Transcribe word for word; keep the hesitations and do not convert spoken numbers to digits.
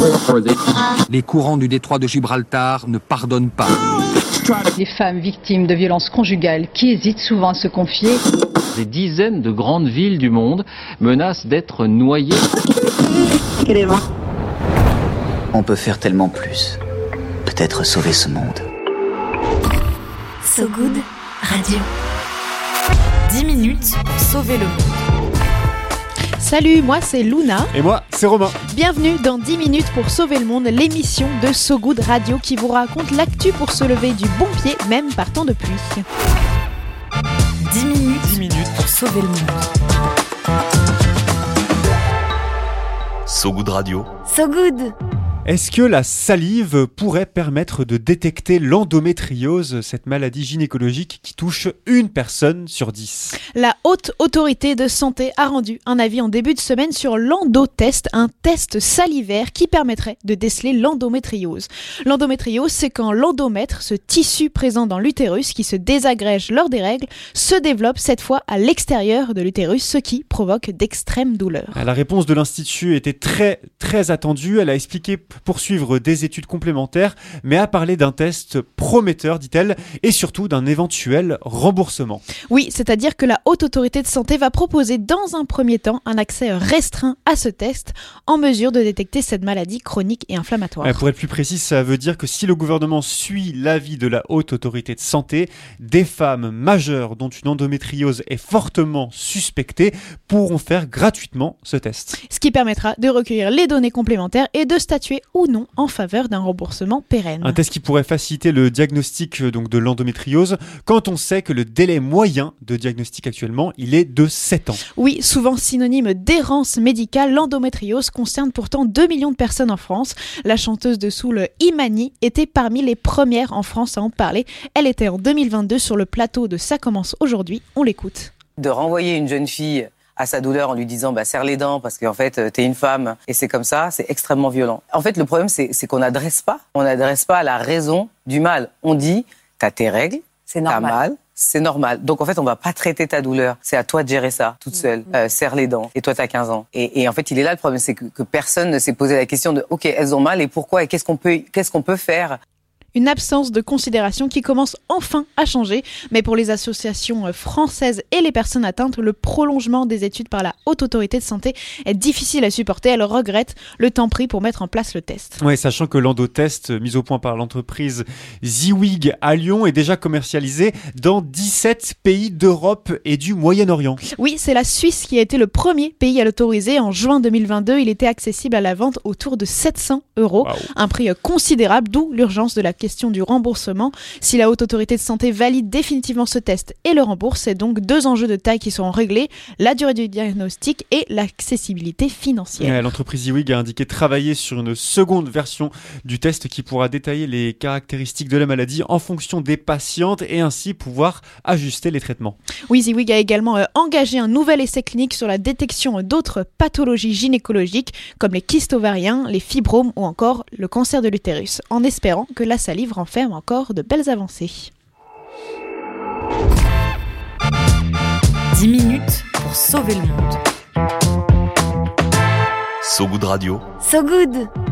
Les courants du détroit de Gibraltar ne pardonnent pas. Les femmes victimes de violences conjugales qui hésitent souvent à se confier. Des dizaines de grandes villes du monde menacent d'être noyées. On peut faire tellement plus. Peut-être sauver ce monde. So Good Radio. dix minutes pour sauver le monde. Salut, moi c'est Luna. Et moi c'est Romain. Bienvenue dans dix minutes pour sauver le monde, l'émission de So Good Radio qui vous raconte l'actu pour se lever du bon pied, même par temps de pluie. dix minutes, dix minutes pour sauver le monde. So Good Radio. So Good. Est-ce que la salive pourrait permettre de détecter l'endométriose, cette maladie gynécologique qui touche une personne sur dix ? La Haute Autorité de Santé a rendu un avis en début de semaine sur l'endotest, un test salivaire qui permettrait de déceler l'endométriose. L'endométriose, c'est quand l'endomètre, ce tissu présent dans l'utérus qui se désagrège lors des règles, se développe cette fois à l'extérieur de l'utérus, ce qui provoque d'extrêmes douleurs. La réponse de l'Institut était très, très attendue. Elle a expliqué poursuivre des études complémentaires, mais a parlé d'un test prometteur, dit-elle, et surtout d'un éventuel remboursement. Oui, c'est-à-dire que la Haute Autorité de Santé va proposer dans un premier temps un accès restreint à ce test, en mesure de détecter cette maladie chronique et inflammatoire. Ouais, pour être plus précis, ça veut dire que si le gouvernement suit l'avis de la Haute Autorité de Santé, des femmes majeures dont une endométriose est fortement suspectée pourront faire gratuitement ce test. Ce qui permettra de recueillir les données complémentaires et de statuer ou non en faveur d'un remboursement pérenne. Un test qui pourrait faciliter le diagnostic donc, de l'endométriose quand on sait que le délai moyen de diagnostic actuellement, il est de sept ans. Oui, souvent synonyme d'errance médicale, l'endométriose concerne pourtant deux millions de personnes en France. La chanteuse de soul Imani était parmi les premières en France à en parler. Elle était en deux mille vingt-deux sur le plateau de Ça commence aujourd'hui. On l'écoute. De renvoyer une jeune fille à sa douleur en lui disant bah, serre les dents parce qu'en fait t'es une femme et c'est comme ça, c'est extrêmement violent. En fait le problème c'est, c'est qu'on n'adresse pas, on n'adresse pas la raison du mal. On dit t'as tes règles, c'est normal. t'as mal, c'est normal. Donc en fait on va pas traiter ta douleur, c'est à toi de gérer ça toute seule, mmh. euh, serre les dents et toi t'as quinze ans. Et, et en fait il est là le problème, c'est que, que personne ne s'est posé la question de ok elles ont mal et pourquoi et qu'est-ce qu'on peut, qu'est-ce qu'on peut faire. Une absence de considération qui commence enfin à changer. Mais pour les associations françaises et les personnes atteintes, le prolongement des études par la Haute Autorité de Santé est difficile à supporter. Elle regrette le temps pris pour mettre en place le test. Oui, sachant que l'endotest, mis au point par l'entreprise Ziwig à Lyon, est déjà commercialisé dans dix-sept pays d'Europe et du Moyen-Orient. Oui, c'est la Suisse qui a été le premier pays à l'autoriser. En juin deux mille vingt-deux, il était accessible à la vente autour de sept cents euros. Wow. Un prix considérable, d'où l'urgence de la question du remboursement. Si la Haute Autorité de Santé valide définitivement ce test et le rembourse, c'est donc deux enjeux de taille qui seront réglés, la durée du diagnostic et l'accessibilité financière. Ouais, l'entreprise Ziwig a indiqué travailler sur une seconde version du test qui pourra détailler les caractéristiques de la maladie en fonction des patientes et ainsi pouvoir ajuster les traitements. Oui, Ziwig a également euh, engagé un nouvel essai clinique sur la détection d'autres pathologies gynécologiques comme les kystes ovariens, les fibromes ou encore le cancer de l'utérus, en espérant que la livre renferme encore de belles avancées. dix minutes pour sauver le monde. So Good Radio. So Good.